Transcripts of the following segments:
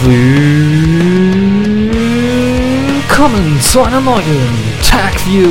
Willkommen zu einer neuen TagView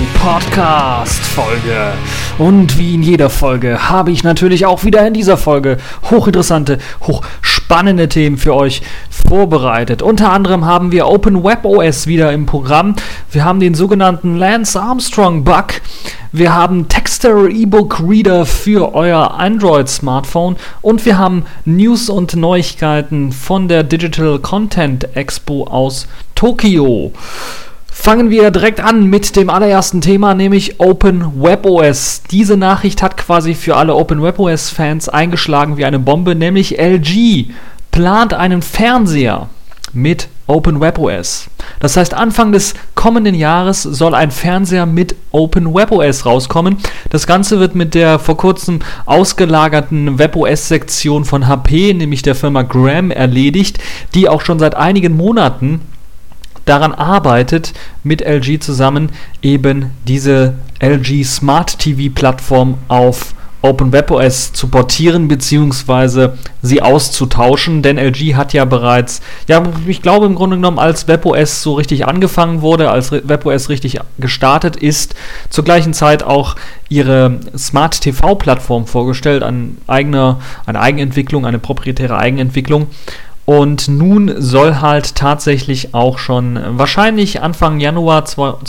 Podcast Folge. Und wie in jeder Folge habe ich natürlich auch wieder in dieser Folge hochinteressante, hochspannende Themen für euch vorbereitet. Unter anderem haben wir OpenWebOS wieder im Programm. Wir haben den sogenannten Lance Armstrong Bug. Wir haben Texter E-Book Reader für euer Android-Smartphone und wir haben News und Neuigkeiten von der Digital Content Expo aus Tokio. Fangen wir direkt an mit dem allerersten Thema, nämlich OpenWebOS. Diese Nachricht hat quasi für alle OpenWebOS-Fans eingeschlagen wie eine Bombe, nämlich LG plant einen Fernseher mit OpenWebOS. Das heißt, Anfang des kommenden Jahres soll ein Fernseher mit OpenWebOS rauskommen. Das Ganze wird mit der vor kurzem ausgelagerten WebOS-Sektion von HP, nämlich der Firma Gram, erledigt, die auch schon seit einigen Monaten daran arbeitet, mit LG zusammen eben diese LG Smart TV Plattform auf OpenWebOS zu portieren bzw. sie auszutauschen, denn LG hat ja bereits, ich glaube im Grunde genommen, als WebOS so richtig angefangen wurde, als WebOS richtig gestartet ist, zur gleichen Zeit auch ihre Smart TV Plattform vorgestellt, eine Eigenentwicklung, eine proprietäre Eigenentwicklung. Und nun soll halt tatsächlich auch schon wahrscheinlich Anfang Januar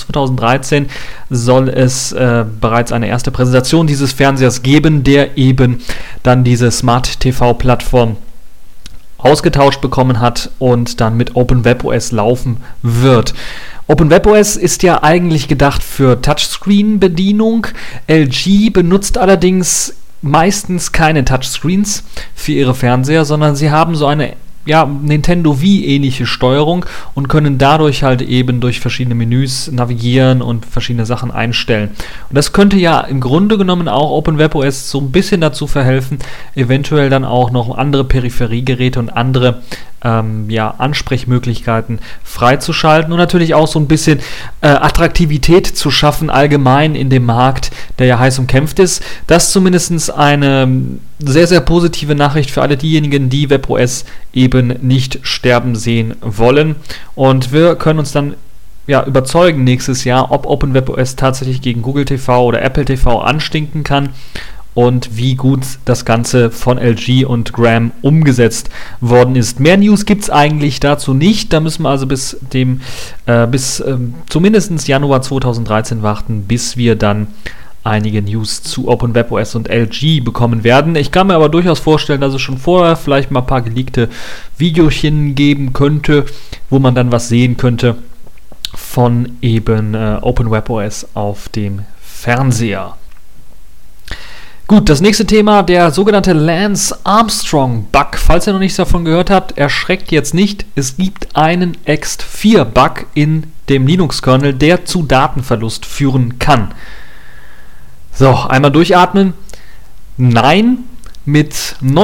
2013 soll es bereits eine erste Präsentation dieses Fernsehers geben, der eben dann diese Smart TV Plattform ausgetauscht bekommen hat und dann mit OpenWebOS laufen wird. OpenWebOS ist ja eigentlich gedacht für Touchscreen-Bedienung. LG benutzt allerdings meistens keine Touchscreens für ihre Fernseher, sondern sie haben so eine Nintendo Wii-ähnliche Steuerung und können dadurch halt eben durch verschiedene Menüs navigieren und verschiedene Sachen einstellen. Und das könnte ja im Grunde genommen auch OpenWebOS so ein bisschen dazu verhelfen, eventuell dann auch noch andere Peripheriegeräte und andere Ansprechmöglichkeiten freizuschalten und natürlich auch so ein bisschen Attraktivität zu schaffen allgemein in dem Markt, der ja heiß umkämpft ist. Das zumindest eine sehr, sehr positive Nachricht für alle diejenigen, die WebOS eben nicht sterben sehen wollen. Und wir können uns dann überzeugen nächstes Jahr, ob OpenWebOS tatsächlich gegen Google TV oder Apple TV anstinken kann und wie gut das Ganze von LG und Gram umgesetzt worden ist. Mehr News gibt es eigentlich dazu nicht. Da müssen wir also bis zumindest Januar 2013 warten, bis wir dann einige News zu OpenWebOS und LG bekommen werden. Ich kann mir aber durchaus vorstellen, dass es schon vorher vielleicht mal ein paar geleakte Videochen geben könnte, wo man dann was sehen könnte von eben OpenWebOS auf dem Fernseher. Gut, das nächste Thema, der sogenannte Lance Armstrong Bug. Falls ihr noch nichts davon gehört habt, erschreckt jetzt nicht. Es gibt einen ext4 Bug in dem Linux-Kernel, der zu Datenverlust führen kann. So, einmal durchatmen. Nein, mit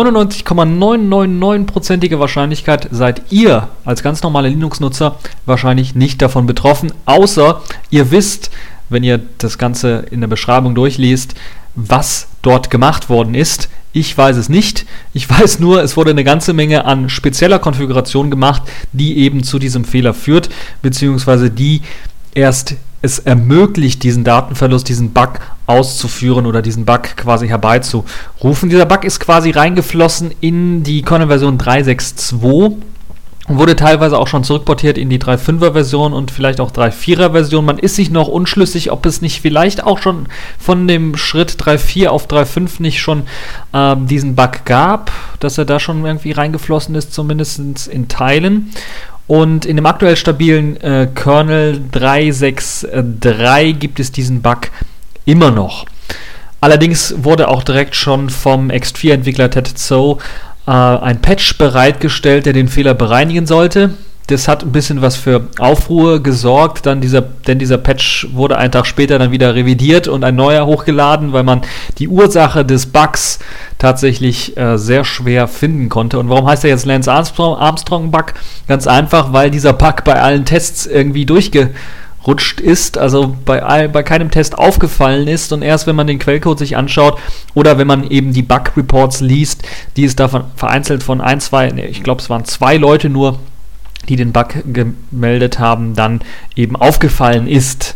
99,999%iger Wahrscheinlichkeit seid ihr als ganz normale Linux-Nutzer wahrscheinlich nicht davon betroffen, außer ihr wisst, wenn ihr das Ganze in der Beschreibung durchliest, was dort gemacht worden ist. Ich weiß es nicht. Ich weiß nur, es wurde eine ganze Menge an spezieller Konfiguration gemacht, die eben zu diesem Fehler führt, beziehungsweise die erst es ermöglicht, diesen Datenverlust, diesen Bug auszuführen oder diesen Bug quasi herbeizurufen. Dieser Bug ist quasi reingeflossen in die Kernel-Version 3.6.2 und wurde teilweise auch schon zurückportiert in die 3.5er Version und vielleicht auch 3.4er Version. Man ist sich noch unschlüssig, ob es nicht vielleicht auch schon von dem Schritt 3.4 auf 3.5 nicht schon diesen Bug gab, dass er da schon irgendwie reingeflossen ist, zumindest in Teilen. Und in dem aktuell stabilen Kernel 3.6.3 gibt es diesen Bug immer noch. Allerdings wurde auch direkt schon vom ext4-Entwickler Ted Tso ein Patch bereitgestellt, der den Fehler bereinigen sollte. Das hat ein bisschen was für Aufruhr gesorgt, denn dieser Patch wurde einen Tag später dann wieder revidiert und ein neuer hochgeladen, weil man die Ursache des Bugs tatsächlich sehr schwer finden konnte. Und warum heißt er jetzt Lance Armstrong Bug? Ganz einfach, weil dieser Bug bei allen Tests irgendwie durchgerutscht reingerutscht ist, also bei keinem Test aufgefallen ist, und erst wenn man den Quellcode sich anschaut oder wenn man eben die Bug-Reports liest, die es davon vereinzelt von ich glaube es waren 2 Leute nur, die den Bug gemeldet haben, dann eben aufgefallen ist.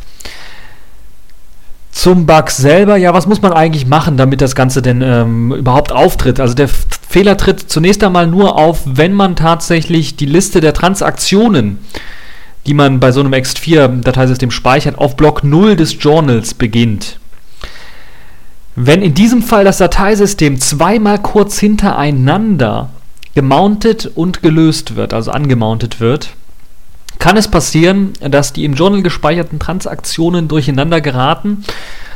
Zum Bug selber, ja, was muss man eigentlich machen, damit das Ganze denn überhaupt auftritt? Also der Fehler tritt zunächst einmal nur auf, wenn man tatsächlich die Liste der Transaktionen, die man bei so einem ext4-Dateisystem speichert, auf Block 0 des Journals beginnt. Wenn in diesem Fall das Dateisystem zweimal kurz hintereinander gemountet und gelöst wird, also angemountet wird, kann es passieren, dass die im Journal gespeicherten Transaktionen durcheinander geraten,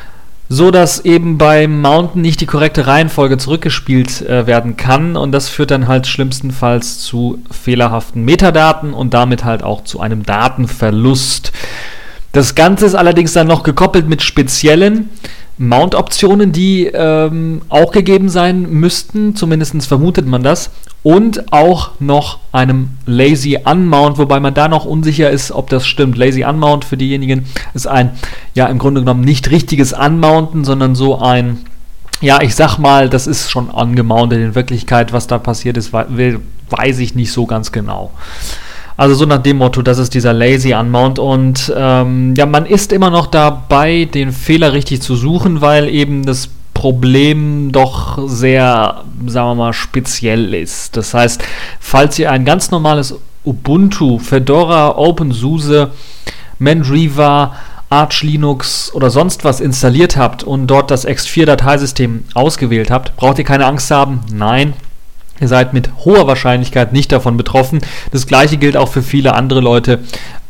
so dass eben beim Mounten nicht die korrekte Reihenfolge zurückgespielt werden kann, und das führt dann halt schlimmstenfalls zu fehlerhaften Metadaten und damit halt auch zu einem Datenverlust. Das Ganze ist allerdings dann noch gekoppelt mit speziellen Mount-Optionen, die auch gegeben sein müssten, zumindest vermutet man das, und auch noch einem Lazy Unmount, wobei man da noch unsicher ist, ob das stimmt. Lazy Unmount für diejenigen ist ein, ja, im Grunde genommen nicht richtiges Unmounten, sondern so ein, ja, ich sag mal, das ist schon angemountet. In Wirklichkeit, was da passiert ist, weiß ich nicht so ganz genau. Also so nach dem Motto, das ist dieser Lazy Unmount, und ja, man ist immer noch dabei, den Fehler richtig zu suchen, weil eben das Problem doch sehr, sagen wir mal, speziell ist. Das heißt, falls ihr ein ganz normales Ubuntu, Fedora, OpenSUSE, Mandriva, Arch Linux oder sonst was installiert habt und dort das ext4-Dateisystem ausgewählt habt, braucht ihr keine Angst haben. Nein, ihr seid mit hoher Wahrscheinlichkeit nicht davon betroffen. Das gleiche gilt auch für viele andere Leute,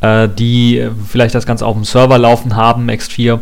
die vielleicht das Ganze auf dem Server laufen haben, ext4.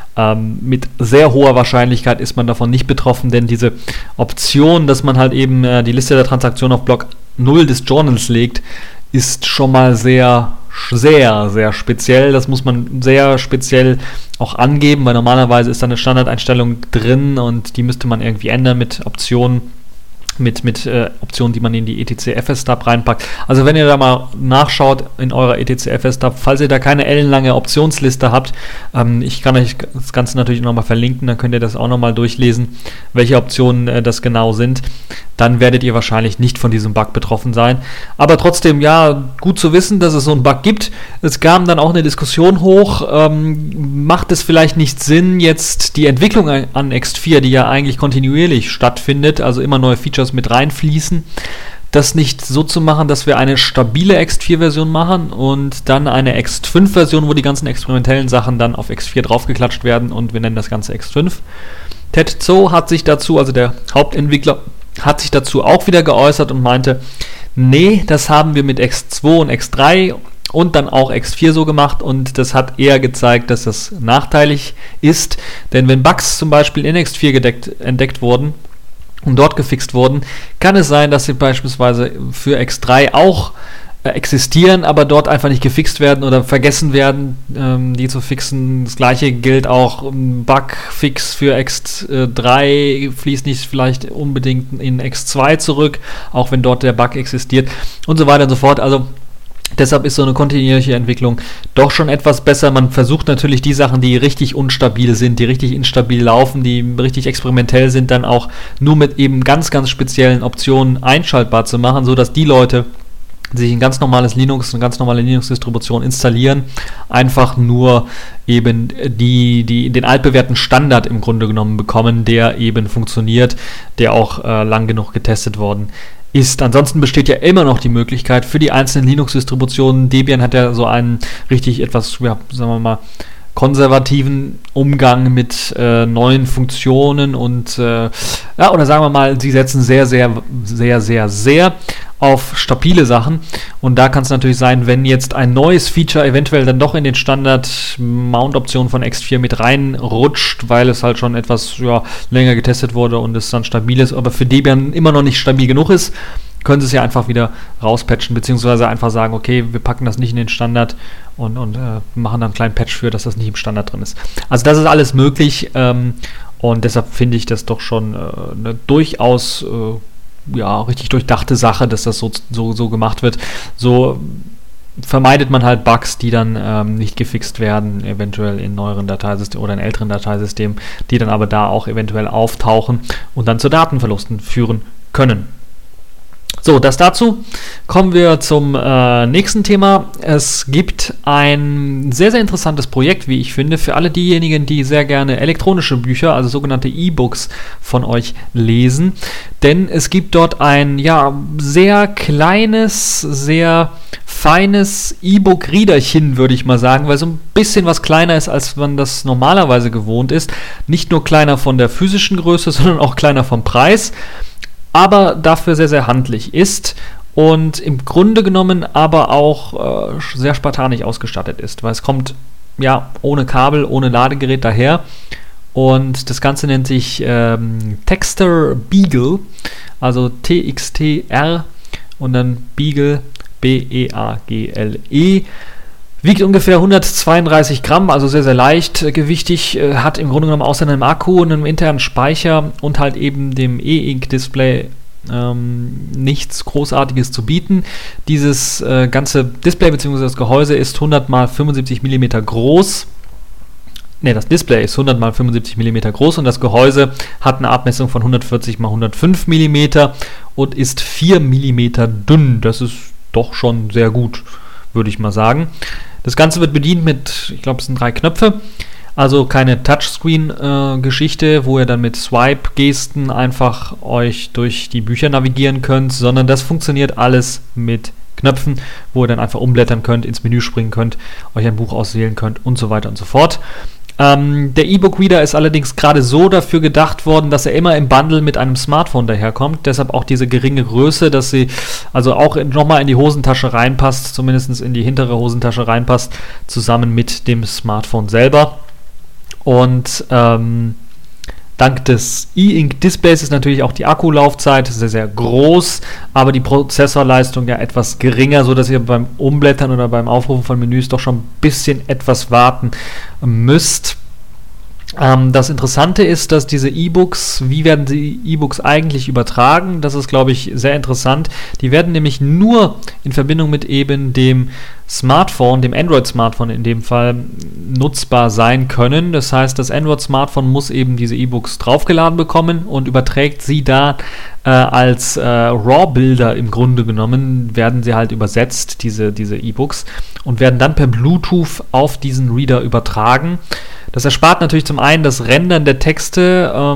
Mit sehr hoher Wahrscheinlichkeit ist man davon nicht betroffen, denn diese Option, dass man halt eben die Liste der Transaktionen auf Block 0 des Journals legt, ist schon mal sehr, sehr, sehr speziell. Das muss man sehr speziell auch angeben, weil normalerweise ist da eine Standardeinstellung drin und die müsste man irgendwie ändern mit Optionen. Mit Optionen, die man in die etc-fs-Tab reinpackt. Also wenn ihr da mal nachschaut in eurer etc-fs-Tab, falls ihr da keine ellenlange Optionsliste habt, ich kann euch das Ganze natürlich nochmal verlinken, dann könnt ihr das auch nochmal durchlesen, welche Optionen das genau sind. Dann werdet ihr wahrscheinlich nicht von diesem Bug betroffen sein. Aber trotzdem, ja, gut zu wissen, dass es so einen Bug gibt. Es kam dann auch eine Diskussion hoch, macht es vielleicht nicht Sinn, jetzt die Entwicklung an ext4, die ja eigentlich kontinuierlich stattfindet, also immer neue Features mit reinfließen, das nicht so zu machen, dass wir eine stabile ext4-Version machen und dann eine ext5-Version, wo die ganzen experimentellen Sachen dann auf ext4 draufgeklatscht werden, und wir nennen das Ganze ext5. Tetsuo hat sich dazu, also der Hauptentwickler, hat sich dazu auch wieder geäußert und meinte, nee, das haben wir mit ext2 und ext3 und dann auch ext4 so gemacht, und das hat eher gezeigt, dass das nachteilig ist, denn wenn Bugs zum Beispiel in ext4 entdeckt wurden und dort gefixt wurden, kann es sein, dass sie beispielsweise für ext3 auch existieren, aber dort einfach nicht gefixt werden oder vergessen werden, die zu fixen. Das gleiche gilt auch, Bugfix für ext3 fließt nicht vielleicht unbedingt in ext2 zurück, auch wenn dort der Bug existiert und so weiter und so fort. Also deshalb ist so eine kontinuierliche Entwicklung doch schon etwas besser. Man versucht natürlich die Sachen, die richtig unstabil sind, die richtig instabil laufen, die richtig experimentell sind, dann auch nur mit eben ganz, ganz speziellen Optionen einschaltbar zu machen, sodass die Leute sich ein ganz normales Linux, eine ganz normale Linux-Distribution installieren, einfach nur eben die den altbewährten Standard im Grunde genommen bekommen, der eben funktioniert, der auch lang genug getestet worden ist. Ansonsten besteht ja immer noch die Möglichkeit für die einzelnen Linux-Distributionen. Debian hat ja so einen richtig etwas, ja, sagen wir mal, konservativen Umgang mit neuen Funktionen und ja, oder sagen wir mal, sie setzen sehr, sehr, sehr, sehr, sehr auf stabile Sachen, und da kann es natürlich sein, wenn jetzt ein neues Feature eventuell dann doch in den Standard-Mount-Optionen von ext4 mit reinrutscht, weil es halt schon etwas länger getestet wurde und es dann stabil ist, aber für Debian immer noch nicht stabil genug ist, können sie es ja einfach wieder rauspatchen, beziehungsweise einfach sagen, okay, wir packen das nicht in den Standard und machen dann einen kleinen Patch für, dass das nicht im Standard drin ist. Also das ist alles möglich, und deshalb finde ich das doch schon eine durchaus richtig durchdachte Sache, dass das so gemacht wird. So vermeidet man halt Bugs, die dann nicht gefixt werden, eventuell in neueren Dateisystemen oder in älteren Dateisystemen, die dann aber da auch eventuell auftauchen und dann zu Datenverlusten führen können. So, das dazu. Kommen wir zum nächsten Thema. Es gibt ein sehr, sehr interessantes Projekt, wie ich finde, für alle diejenigen, die sehr gerne elektronische Bücher, also sogenannte E-Books von euch lesen. Denn es gibt dort ein sehr kleines, sehr feines E-Book-Readerchen, würde ich mal sagen, weil so ein bisschen was kleiner ist, als man das normalerweise gewohnt ist. Nicht nur kleiner von der physischen Größe, sondern auch kleiner vom Preis. Aber dafür sehr, sehr handlich ist und im Grunde genommen aber auch sehr spartanisch ausgestattet ist, weil es kommt ohne Kabel, ohne Ladegerät daher und das Ganze nennt sich Texter Beagle, also TXTR und dann Beagle, B-E-A-G-L-E. Wiegt ungefähr 132 Gramm, also sehr, sehr leicht gewichtig, hat im Grunde genommen außer einem Akku und einem internen Speicher und halt eben dem E-Ink-Display nichts Großartiges zu bieten. Dieses ganze Display bzw. das Gehäuse ist 100 x 75 mm groß. Das Display ist 100 x 75 mm groß und das Gehäuse hat eine Abmessung von 140 x 105 mm und ist 4 mm dünn. Das ist doch schon sehr gut, würde ich mal sagen. Das Ganze wird bedient mit, ich glaube, es sind 3 Knöpfe, also keine Touchscreen-Geschichte, wo ihr dann mit Swipe-Gesten einfach euch durch die Bücher navigieren könnt, sondern das funktioniert alles mit Knöpfen, wo ihr dann einfach umblättern könnt, ins Menü springen könnt, euch ein Buch auswählen könnt und so weiter und so fort. Der E-Book-Reader ist allerdings gerade so dafür gedacht worden, dass er immer im Bundle mit einem Smartphone daherkommt. Deshalb auch diese geringe Größe, dass sie also auch nochmal in die Hosentasche reinpasst, zumindest in die hintere Hosentasche reinpasst, zusammen mit dem Smartphone selber. Und dank des E-Ink-Displays ist natürlich auch die Akkulaufzeit sehr, sehr groß, aber die Prozessorleistung etwas geringer, sodass ihr beim Umblättern oder beim Aufrufen von Menüs doch schon ein bisschen etwas warten müsst. Das Interessante ist, dass diese E-Books, wie werden die E-Books eigentlich übertragen? Das ist, glaube ich, sehr interessant. Die werden nämlich nur in Verbindung mit eben dem Smartphone, dem Android-Smartphone in dem Fall, nutzbar sein können. Das heißt, das Android-Smartphone muss eben diese E-Books draufgeladen bekommen und überträgt sie da als RAW-Bilder im Grunde genommen, werden sie halt übersetzt, diese E-Books, und werden dann per Bluetooth auf diesen Reader übertragen. Das erspart natürlich zum einen das Rendern der Texte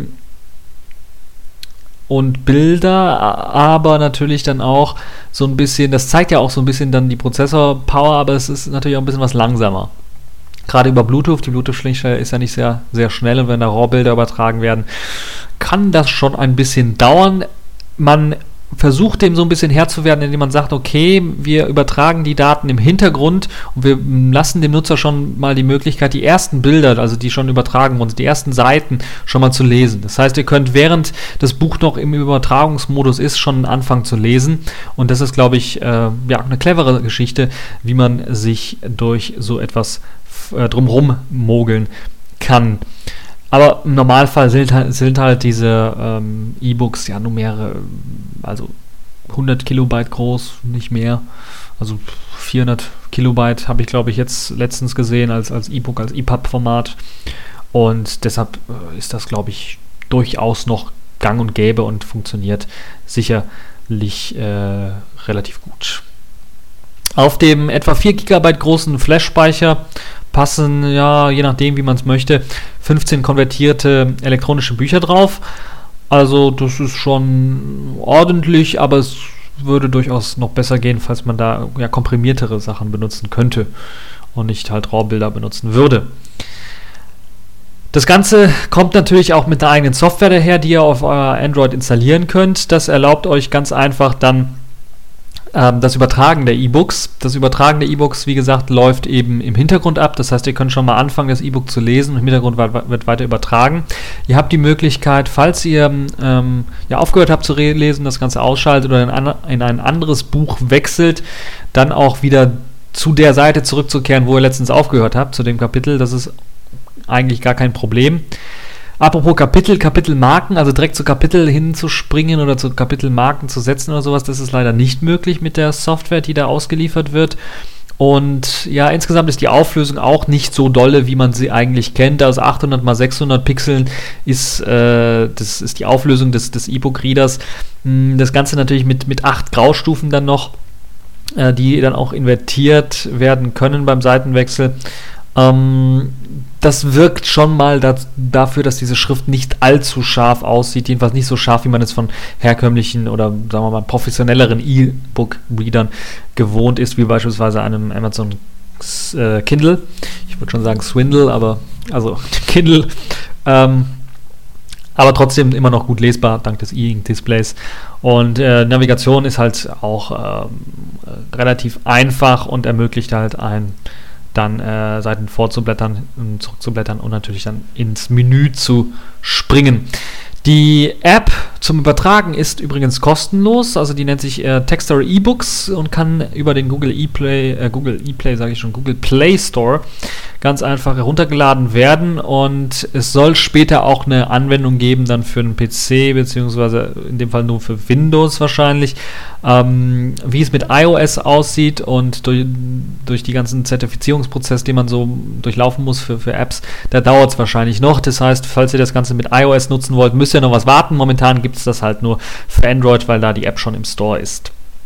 und Bilder, aber natürlich dann auch so ein bisschen, das zeigt ja auch so ein bisschen dann die Prozessor-Power, aber es ist natürlich auch ein bisschen was langsamer. Gerade über Bluetooth, die Bluetooth-Schnittstelle ist ja nicht sehr, sehr schnell und wenn da RAW-Bilder übertragen werden, kann das schon ein bisschen dauern. Man versucht dem so ein bisschen Herr zu werden, indem man sagt, okay, wir übertragen die Daten im Hintergrund und wir lassen dem Nutzer schon mal die Möglichkeit, die ersten Bilder, also die schon übertragen wurden, die ersten Seiten schon mal zu lesen. Das heißt, ihr könnt, während das Buch noch im Übertragungsmodus ist, schon anfangen zu lesen und das ist, glaube ich, eine clevere Geschichte, wie man sich durch so etwas drumherum mogeln kann. Aber im Normalfall sind halt diese E-Books nur mehrere, also 100 Kilobyte groß, nicht mehr. Also 400 Kilobyte habe ich, glaube ich, jetzt letztens gesehen als E-Book, als EPUB-Format. Und deshalb ist das, glaube ich, durchaus noch gang und gäbe und funktioniert sicherlich relativ gut. Auf dem etwa 4 GB großen Flash-Speicher passen, je nachdem, wie man es möchte, 15 konvertierte elektronische Bücher drauf. Also das ist schon ordentlich, aber es würde durchaus noch besser gehen, falls man da komprimiertere Sachen benutzen könnte und nicht halt RAW-Bilder benutzen würde. Das Ganze kommt natürlich auch mit einer eigenen Software daher, die ihr auf euer Android installieren könnt. Das erlaubt euch ganz einfach dann das Übertragen der E-Books. Das Übertragen der E-Books, wie gesagt, läuft eben im Hintergrund ab. Das heißt, ihr könnt schon mal anfangen, das E-Book zu lesen und im Hintergrund wird weiter übertragen. Ihr habt die Möglichkeit, falls ihr aufgehört habt zu lesen, das Ganze ausschaltet oder in ein anderes Buch wechselt, dann auch wieder zu der Seite zurückzukehren, wo ihr letztens aufgehört habt, zu dem Kapitel. Das ist eigentlich gar kein Problem. Apropos Kapitelmarken, also direkt zu Kapitel hinzuspringen oder zu Kapitelmarken zu setzen oder sowas, das ist leider nicht möglich mit der Software, die da ausgeliefert wird. Und ja, insgesamt ist die Auflösung auch nicht so dolle, wie man sie eigentlich kennt. Also 800 x 600 Pixeln das ist die Auflösung des E-Book-Readers. Das Ganze natürlich mit 8 Graustufen dann noch, die dann auch invertiert werden können beim Seitenwechsel. Das wirkt schon mal dafür, dass diese Schrift nicht allzu scharf aussieht, jedenfalls nicht so scharf, wie man es von herkömmlichen oder sagen wir mal professionelleren E-Book-Readern gewohnt ist, wie beispielsweise einem Amazon Kindle. Ich würde schon sagen Swindle, aber also Kindle. Aber trotzdem immer noch gut lesbar, dank des E-Ink-Displays. Und Navigation ist halt auch relativ einfach und ermöglicht halt dann Seiten vorzublättern, zurückzublättern und natürlich dann ins Menü zu springen. Die App zum Übertragen ist übrigens kostenlos, also die nennt sich Textstory eBooks und kann über den Google Play Store ganz einfach heruntergeladen werden, und es soll später auch eine Anwendung geben dann für einen PC, beziehungsweise in dem Fall nur für Windows wahrscheinlich. Wie es mit iOS aussieht und durch die ganzen Zertifizierungsprozesse, die man so durchlaufen muss für Apps, da dauert es wahrscheinlich noch. Das heißt, falls ihr das Ganze mit iOS nutzen wollt, müsst ihr noch was warten. Momentan gibt es das halt nur für Android, weil da die App schon im Store ist.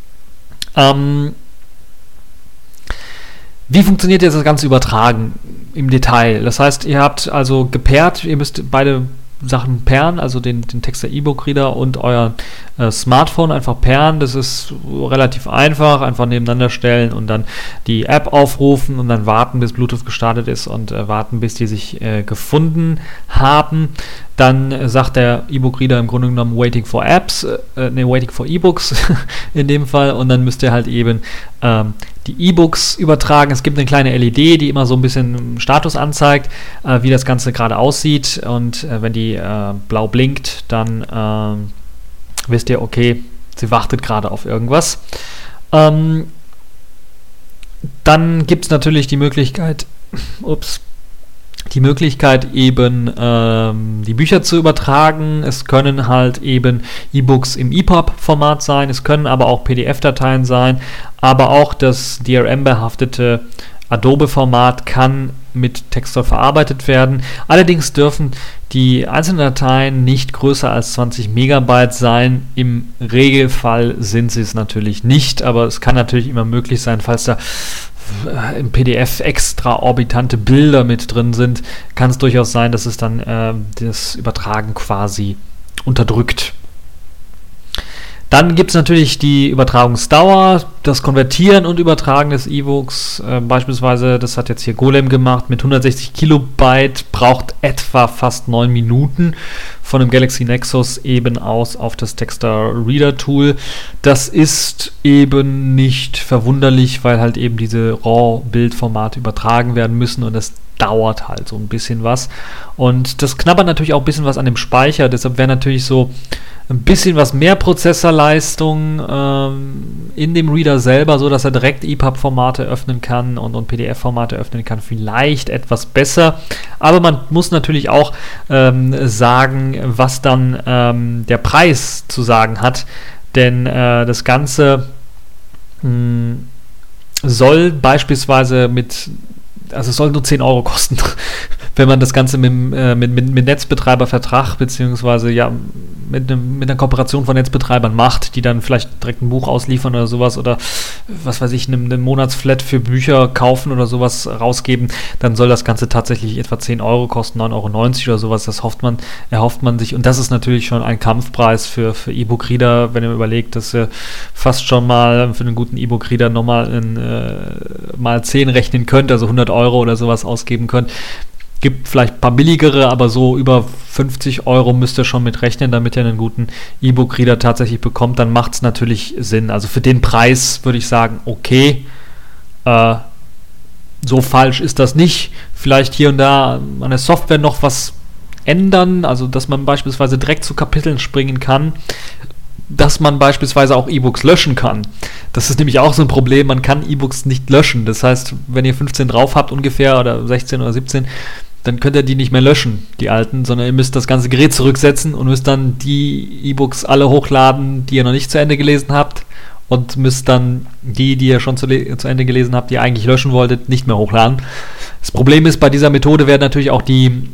Wie funktioniert jetzt das ganze Übertragen im Detail? Das heißt, ihr habt also gepaart, ihr müsst beide Sachen pairen, also den Textstory E-Book-Reader und euer Smartphone einfach pairen. Das ist relativ einfach nebeneinander stellen und dann die App aufrufen und dann warten, bis Bluetooth gestartet ist und warten, bis die sich gefunden haben. Dann sagt der E-Book-Reader im Grunde genommen Waiting for E-Books in dem Fall, und dann müsst ihr halt eben die E-Books übertragen. Es gibt eine kleine LED, die immer so ein bisschen Status anzeigt, wie das Ganze gerade aussieht, und wenn die blau blinkt, dann wisst ihr, okay, sie wartet gerade auf irgendwas. Dann gibt es natürlich die Möglichkeit eben die Bücher zu übertragen. Es können halt eben E-Books im EPUB-Format sein, es können aber auch PDF-Dateien sein, aber auch das DRM-behaftete Adobe-Format kann mit Textstory verarbeitet werden. Allerdings dürfen die einzelnen Dateien nicht größer als 20 Megabyte sein. Im Regelfall sind sie es natürlich nicht, aber es kann natürlich immer möglich sein, falls da im PDF extraorbitante Bilder mit drin sind, kann es durchaus sein, dass es dann das Übertragen quasi unterdrückt. Dann gibt es natürlich die Übertragungsdauer, das Konvertieren und Übertragen des E-Books. Beispielsweise, das hat jetzt hier Golem gemacht, mit 160 Kilobyte braucht etwa fast 9 Minuten von dem Galaxy Nexus eben aus auf das Textstory Reader Tool. Das ist eben nicht verwunderlich, weil halt eben diese RAW-Bildformate übertragen werden müssen, und das dauert halt so ein bisschen was. Und das knabbert natürlich auch ein bisschen was an dem Speicher, deshalb wäre natürlich so ein bisschen was mehr Prozessorleistung in dem Reader selber, so dass er direkt EPUB-Formate öffnen kann und PDF-Formate öffnen kann, vielleicht etwas besser. Aber man muss natürlich auch sagen, was dann der Preis zu sagen hat, denn das Ganze soll beispielsweise es soll nur 10 Euro kosten, wenn man das Ganze mit Netzbetreibervertrag beziehungsweise ja mit einer Kooperation von Netzbetreibern macht, die dann vielleicht direkt ein Buch ausliefern oder sowas oder was weiß ich, eine Monatsflat für Bücher kaufen oder sowas rausgeben, dann soll das Ganze tatsächlich etwa 10 Euro kosten, 9,90 Euro oder sowas, das erhofft man sich, und das ist natürlich schon ein Kampfpreis für E-Book-Reader, wenn ihr überlegt, dass ihr fast schon mal für einen guten E-Book-Reader nochmal mal 10 rechnen könnt, also 100 Euro oder sowas ausgeben könnt. Gibt vielleicht ein paar billigere, aber so über 50 Euro müsst ihr schon mit rechnen, damit ihr einen guten E-Book-Reader tatsächlich bekommt. Dann macht es natürlich Sinn. Also für den Preis würde ich sagen, okay, so falsch ist das nicht. Vielleicht hier und da an der Software noch was ändern, also dass man beispielsweise direkt zu Kapiteln springen kann, dass man beispielsweise auch E-Books löschen kann. Das ist nämlich auch so ein Problem, man kann E-Books nicht löschen. Das heißt, wenn ihr 15 drauf habt ungefähr oder 16 oder 17, dann könnt ihr die nicht mehr löschen, die alten, sondern ihr müsst das ganze Gerät zurücksetzen und müsst dann die E-Books alle hochladen, die ihr noch nicht zu Ende gelesen habt, und müsst dann die ihr schon zu Ende gelesen habt, die ihr eigentlich löschen wolltet, nicht mehr hochladen. Das Problem ist, bei dieser Methode werden natürlich auch die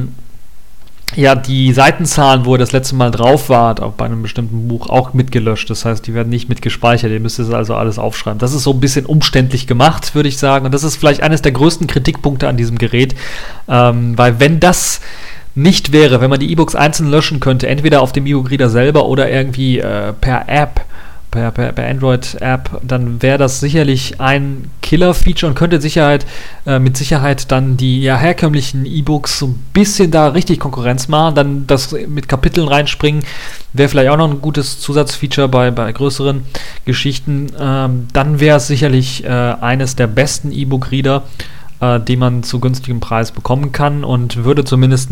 Seitenzahlen, wo ihr das letzte Mal drauf wart, auch bei einem bestimmten Buch, auch mitgelöscht. Das heißt, die werden nicht mitgespeichert. Ihr müsst es also alles aufschreiben. Das ist so ein bisschen umständlich gemacht, würde ich sagen. Und das ist vielleicht eines der größten Kritikpunkte an diesem Gerät. Weil wenn das nicht wäre, wenn man die E-Books einzeln löschen könnte, entweder auf dem E-Book-Reader selber oder irgendwie per App, per Android-App, dann wäre das sicherlich ein Killer-Feature und könnte mit Sicherheit dann die herkömmlichen E-Books so ein bisschen da richtig Konkurrenz machen. Dann das mit Kapiteln reinspringen, wäre vielleicht auch noch ein gutes Zusatzfeature bei größeren Geschichten. Dann wäre es sicherlich eines der besten E-Book-Reader, die man zu günstigem Preis bekommen kann, und man würde zumindest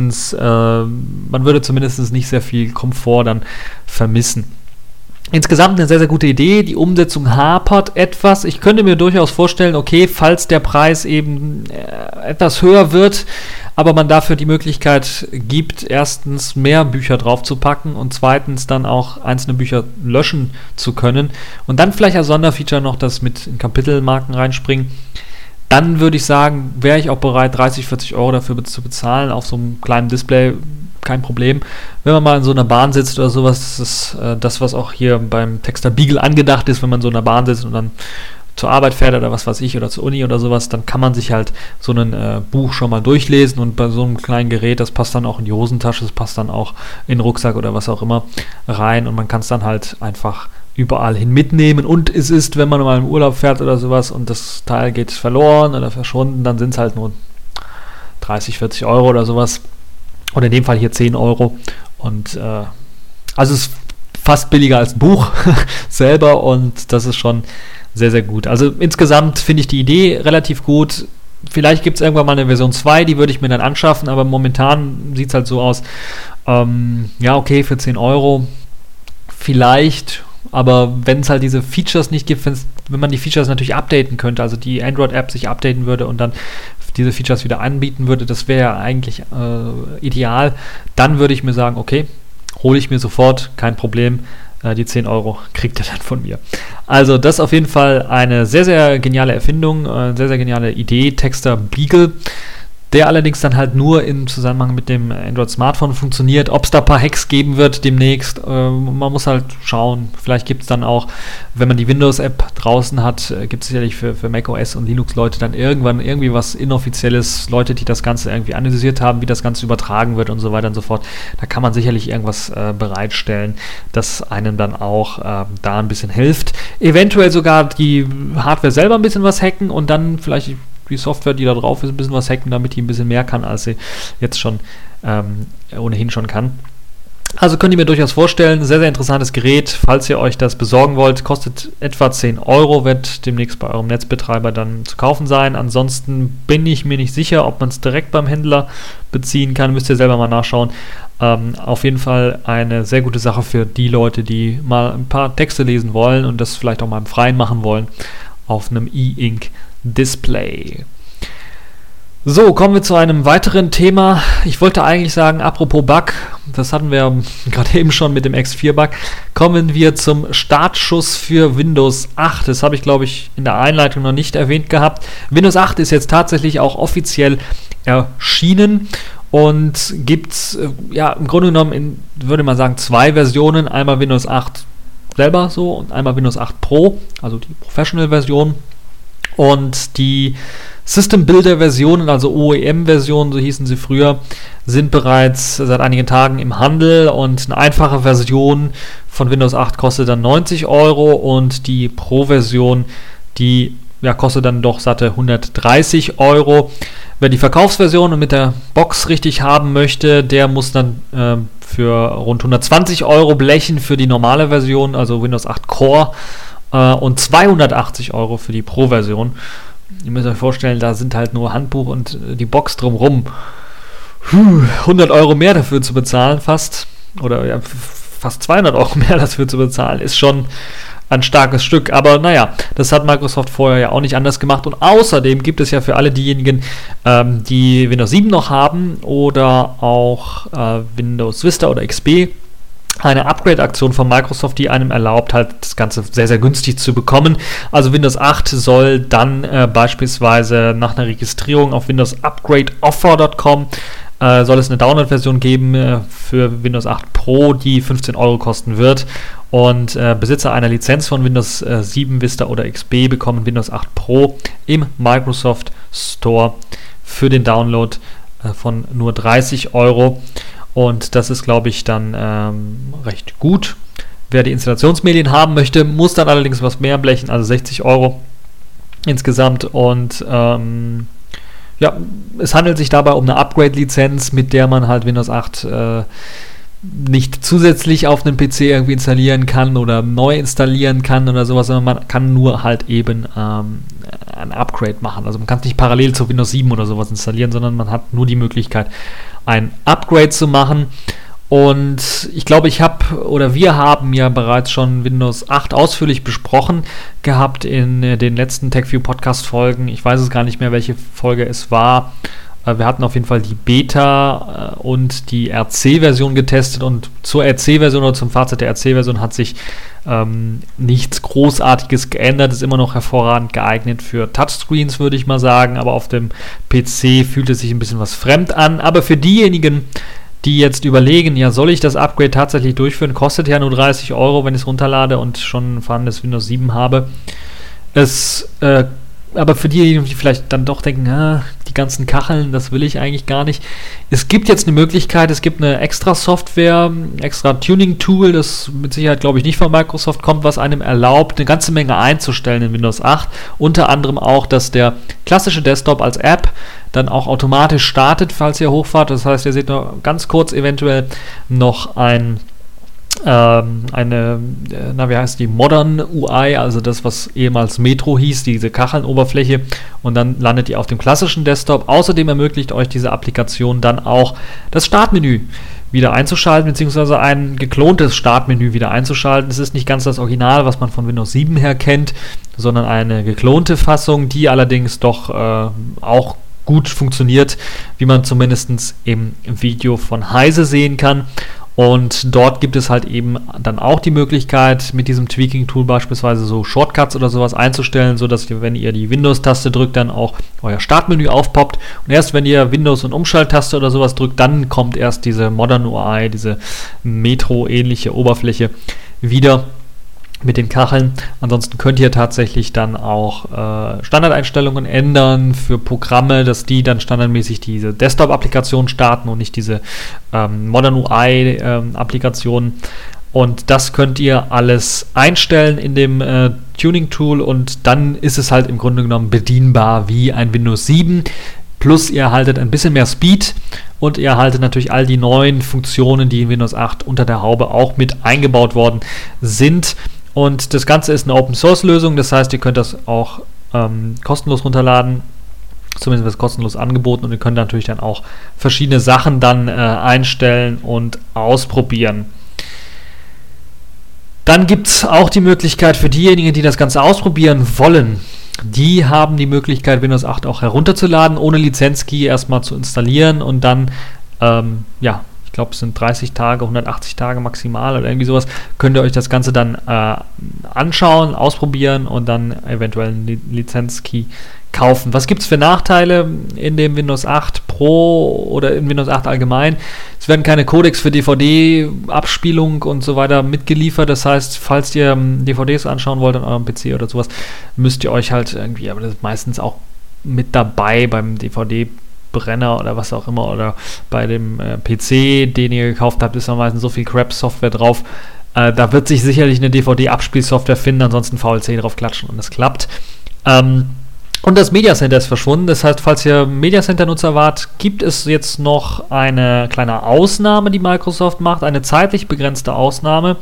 nicht sehr viel Komfort dann vermissen. Insgesamt eine sehr, sehr gute Idee. Die Umsetzung hapert etwas. Ich könnte mir durchaus vorstellen, okay, falls der Preis eben etwas höher wird, aber man dafür die Möglichkeit gibt, erstens mehr Bücher draufzupacken und zweitens dann auch einzelne Bücher löschen zu können und dann vielleicht als Sonderfeature noch das mit Kapitelmarken reinspringen, dann würde ich sagen, wäre ich auch bereit, 30, 40 Euro dafür zu bezahlen auf so einem kleinen Display. Kein Problem. Wenn man mal in so einer Bahn sitzt oder sowas, das ist das, was auch hier beim Texter Beagle angedacht ist, wenn man so in einer Bahn sitzt und dann zur Arbeit fährt oder was weiß ich, oder zur Uni oder sowas, dann kann man sich halt so ein Buch schon mal durchlesen, und bei so einem kleinen Gerät, das passt dann auch in die Hosentasche, das passt dann auch in den Rucksack oder was auch immer rein, und man kann es dann halt einfach überall hin mitnehmen. Und es ist, wenn man mal im Urlaub fährt oder sowas und das Teil geht verloren oder verschwunden, dann sind es halt nur 30, 40 Euro oder sowas. Oder in dem Fall hier 10 Euro. Und also es ist fast billiger als ein Buch selber, und das ist schon sehr, sehr gut. Also insgesamt finde ich die Idee relativ gut. Vielleicht gibt es irgendwann mal eine Version 2, die würde ich mir dann anschaffen, aber momentan sieht es halt so aus, okay, für 10 Euro vielleicht, aber wenn es halt diese Features nicht gibt, wenn man die Features natürlich updaten könnte, also die Android-App sich updaten würde und dann diese Features wieder anbieten würde, das wäre ja eigentlich ideal, dann würde ich mir sagen, okay, hole ich mir sofort, kein Problem, die 10 Euro kriegt ihr dann von mir. Also das ist auf jeden Fall eine sehr, sehr geniale Erfindung, sehr, sehr geniale Idee, Texter Beagle, der allerdings dann halt nur im Zusammenhang mit dem Android-Smartphone funktioniert. Ob es da ein paar Hacks geben wird demnächst, man muss halt schauen. Vielleicht gibt es dann auch, wenn man die Windows-App draußen hat, gibt es sicherlich für macOS und Linux-Leute dann irgendwann irgendwie was Inoffizielles, Leute, die das Ganze irgendwie analysiert haben, wie das Ganze übertragen wird und so weiter und so fort. Da kann man sicherlich irgendwas bereitstellen, das einem dann auch da ein bisschen hilft. Eventuell sogar die Hardware selber ein bisschen was hacken und dann vielleicht die Software, die da drauf ist, ein bisschen was hacken, damit die ein bisschen mehr kann, als sie jetzt schon ohnehin schon kann. Also könnt ihr mir durchaus vorstellen, sehr, sehr interessantes Gerät. Falls ihr euch das besorgen wollt, kostet etwa 10 Euro, wird demnächst bei eurem Netzbetreiber dann zu kaufen sein. Ansonsten bin ich mir nicht sicher, ob man es direkt beim Händler beziehen kann, müsst ihr selber mal nachschauen. Auf jeden Fall eine sehr gute Sache für die Leute, die mal ein paar Texte lesen wollen und das vielleicht auch mal im Freien machen wollen auf einem E-Ink Display. So, kommen wir zu einem weiteren Thema. Ich wollte eigentlich sagen, apropos Bug, das hatten wir gerade eben schon mit dem X4-Bug, kommen wir zum Startschuss für Windows 8. Das habe ich, glaube ich, in der Einleitung noch nicht erwähnt gehabt. Windows 8 ist jetzt tatsächlich auch offiziell erschienen und gibt es im Grunde genommen würde man sagen, 2 Versionen. Einmal Windows 8 selber so und einmal Windows 8 Pro, also die Professional-Version. Und die System Builder Versionen, also OEM Versionen, so hießen sie früher, sind bereits seit einigen Tagen im Handel, und eine einfache Version von Windows 8 kostet dann 90 Euro und die Pro-Version, die kostet dann doch satte 130 Euro. Wer die Verkaufsversion mit der Box richtig haben möchte, der muss dann für rund 120 Euro blechen für die normale Version, also Windows 8 Core, und 280 Euro für die Pro-Version. Ihr müsst euch vorstellen, da sind halt nur Handbuch und die Box drumrum. 100 Euro mehr dafür zu bezahlen fast. Oder fast 200 Euro mehr dafür zu bezahlen, ist schon ein starkes Stück. Aber naja, das hat Microsoft vorher ja auch nicht anders gemacht. Und außerdem gibt es ja für alle diejenigen, die Windows 7 noch haben oder auch Windows Vista oder XP, eine Upgrade-Aktion von Microsoft, die einem erlaubt, halt das Ganze sehr, sehr günstig zu bekommen. Also Windows 8 soll dann beispielsweise nach einer Registrierung auf windowsupgradeoffer.com soll es eine Download-Version geben für Windows 8 Pro, die 15 Euro kosten wird. Und Besitzer einer Lizenz von Windows 7, Vista oder XP bekommen Windows 8 Pro im Microsoft Store für den Download von nur 30 Euro. Und das ist, glaube ich, dann recht gut. Wer die Installationsmedien haben möchte, muss dann allerdings was mehr blechen, also 60 Euro insgesamt. Und ja, es handelt sich dabei um eine Upgrade-Lizenz, mit der man halt Windows 8 nicht zusätzlich auf einen PC irgendwie installieren kann oder neu installieren kann oder sowas, sondern man kann nur halt eben ein Upgrade machen. Also man kann es nicht parallel zu Windows 7 oder sowas installieren, sondern man hat nur die Möglichkeit, ein Upgrade zu machen. Und ich glaube, wir haben ja bereits schon Windows 8 ausführlich besprochen gehabt in den letzten TechView Podcast Folgen. Ich weiß es gar nicht mehr, welche Folge es war. Wir hatten auf jeden Fall die Beta und die RC-Version getestet, und zur RC-Version oder zum Fazit der RC-Version hat sich nichts Großartiges geändert. Ist immer noch hervorragend geeignet für Touchscreens, würde ich mal sagen, aber auf dem PC fühlt es sich ein bisschen was fremd an. Aber für diejenigen, die jetzt überlegen, ja, soll ich das Upgrade tatsächlich durchführen? Kostet ja nur 30 Euro, wenn ich es runterlade und schon ein vorhandenes Windows 7 habe. Aber für diejenigen, die vielleicht dann doch denken, die ganzen Kacheln, das will ich eigentlich gar nicht. Es gibt jetzt eine Möglichkeit, es gibt eine extra Software, extra Tuning-Tool, das mit Sicherheit, glaube ich, nicht von Microsoft kommt, was einem erlaubt, eine ganze Menge einzustellen in Windows 8. Unter anderem auch, dass der klassische Desktop als App dann auch automatisch startet, falls ihr hochfahrt. Das heißt, ihr seht nur ganz kurz eventuell noch die Modern UI, also das, was ehemals Metro hieß, diese Kacheln-Oberfläche, und dann landet ihr auf dem klassischen Desktop. Außerdem ermöglicht euch diese Applikation dann auch das Startmenü wieder einzuschalten, beziehungsweise ein geklontes Startmenü wieder einzuschalten. Es ist nicht ganz das Original, was man von Windows 7 her kennt, sondern eine geklonte Fassung, die allerdings doch auch gut funktioniert, wie man zumindest im Video von Heise sehen kann. Und dort gibt es halt eben dann auch die Möglichkeit, mit diesem Tweaking-Tool beispielsweise so Shortcuts oder sowas einzustellen, sodass ihr, wenn ihr die Windows-Taste drückt, dann auch euer Startmenü aufpoppt. Und erst wenn ihr Windows- und Umschalttaste oder sowas drückt, dann kommt erst diese Modern UI, diese Metro-ähnliche Oberfläche wieder mit den Kacheln. Ansonsten könnt ihr tatsächlich dann auch Standardeinstellungen ändern für Programme, dass die dann standardmäßig diese Desktop-Applikation starten und nicht diese Modern UI-Applikationen. Und das könnt ihr alles einstellen in dem Tuning-Tool, und dann ist es halt im Grunde genommen bedienbar wie ein Windows 7. Plus ihr erhaltet ein bisschen mehr Speed und ihr erhaltet natürlich all die neuen Funktionen, die in Windows 8 unter der Haube auch mit eingebaut worden sind. Und das Ganze ist eine Open-Source-Lösung, das heißt, ihr könnt das auch kostenlos runterladen, zumindest wird es kostenlos angeboten, und ihr könnt natürlich dann auch verschiedene Sachen dann einstellen und ausprobieren. Dann gibt es auch die Möglichkeit für diejenigen, die das Ganze ausprobieren wollen, die haben die Möglichkeit, Windows 8 auch herunterzuladen, ohne Lizenzkey erstmal zu installieren und dann, ich glaube, es sind 30 Tage, 180 Tage maximal oder irgendwie sowas, könnt ihr euch das Ganze dann anschauen, ausprobieren und dann eventuell einen Lizenzkey kaufen. Was gibt es für Nachteile in dem Windows 8 Pro oder in Windows 8 allgemein? Es werden keine Codecs für DVD-Abspielung und so weiter mitgeliefert. Das heißt, falls ihr DVDs anschauen wollt an eurem PC oder sowas, müsst ihr euch halt irgendwie, aber das ist meistens auch mit dabei beim DVD-Brenner oder was auch immer, oder bei dem PC, den ihr gekauft habt, ist da meistens so viel Crap-Software drauf. Da wird sich sicherlich eine DVD-Abspielsoftware finden, ansonsten VLC drauf klatschen und es klappt. Und das Media Center ist verschwunden, das heißt, falls ihr Media Center-Nutzer wart, gibt es jetzt noch eine kleine Ausnahme, die Microsoft macht, eine zeitlich begrenzte Ausnahme.